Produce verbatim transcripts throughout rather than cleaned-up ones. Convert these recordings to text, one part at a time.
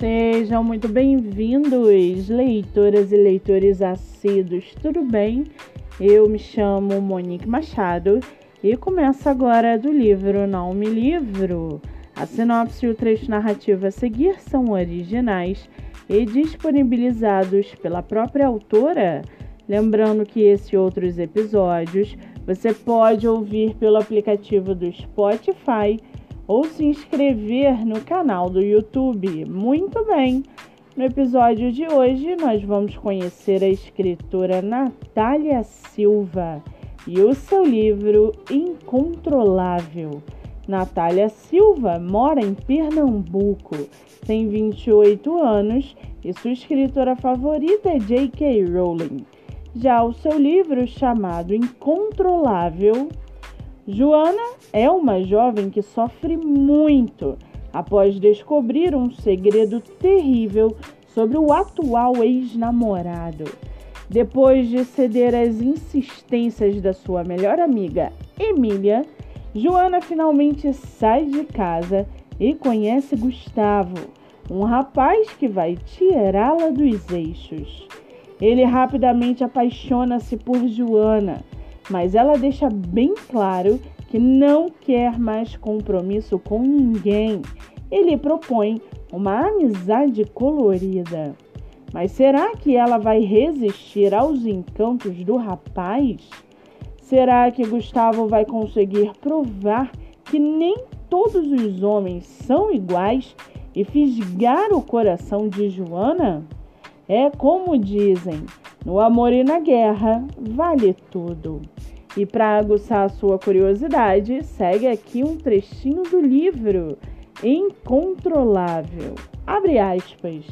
Sejam muito bem-vindos, leitoras e leitores assíduos, tudo bem? Eu me chamo Monique Machado e começo agora do livro Não Me Livro. A sinopse e o trecho narrativo a seguir são originais e disponibilizados pela própria autora. Lembrando que esse e outros episódios você pode ouvir pelo aplicativo do Spotify ou se inscrever no canal do YouTube. Muito bem! No episódio de hoje, nós vamos conhecer a escritora Natália Silva e o seu livro Incontrolável. Natália Silva mora em Pernambuco, tem vinte e oito anos e sua escritora favorita é J K Rowling. Já o seu livro, chamado Incontrolável, Joana é uma jovem que sofre muito após descobrir um segredo terrível sobre o atual ex-namorado. Depois de ceder às insistências da sua melhor amiga, Emília, Joana finalmente sai de casa e conhece Gustavo, um rapaz que vai tirá-la dos eixos. Ele rapidamente apaixona-se por Joana, mas ela deixa bem claro que não quer mais compromisso com ninguém. Ele propõe uma amizade colorida. Mas será que ela vai resistir aos encantos do rapaz? Será que Gustavo vai conseguir provar que nem todos os homens são iguais e fisgar o coração de Joana? É como dizem, no amor e na guerra, vale tudo. E para aguçar a sua curiosidade, segue aqui um trechinho do livro Incontrolável. Abre aspas.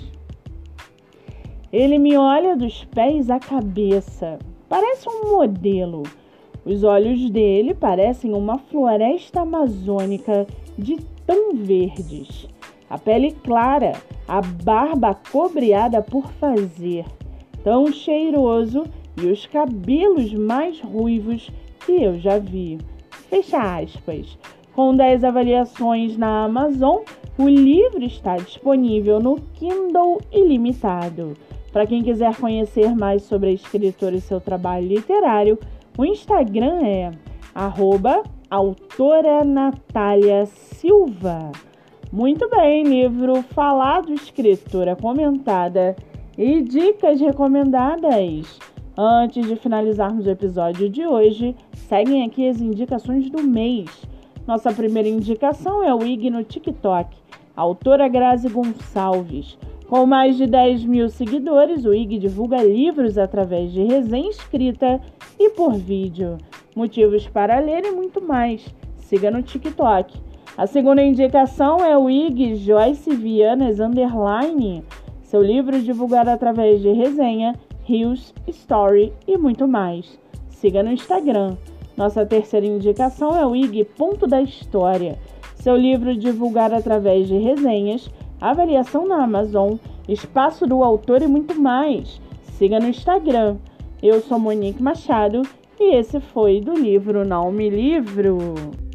Ele me olha dos pés à cabeça. Parece um modelo. Os olhos dele parecem uma floresta amazônica de tão verdes. A pele clara, a barba cobreada por fazer, tão cheiroso e os cabelos mais ruivos que eu já vi. Fecha aspas. Com dez avaliações na Amazon, o livro está disponível no Kindle ilimitado. Para quem quiser conhecer mais sobre a escritora e seu trabalho literário, o Instagram é arroba autora Natália Silva. Muito bem, livro falado, escritora comentada e dicas recomendadas. Antes de finalizarmos o episódio de hoje, seguem aqui as indicações do mês. Nossa primeira indicação é o I G no TikTok, a autora Grazi Gonçalves. Com mais de dez mil seguidores, o I G divulga livros através de resenha escrita e por vídeo, motivos para ler e muito mais. Siga no TikTok. A segunda indicação é o I G Joyce Vianas Underline, seu livro divulgado através de resenha, Reels, Story e muito mais. Siga no Instagram. Nossa terceira indicação é o I G Ponto da História, seu livro divulgado através de resenhas, avaliação na Amazon, espaço do autor e muito mais. Siga no Instagram. Eu sou Monique Machado e esse foi do livro Não Me Livro.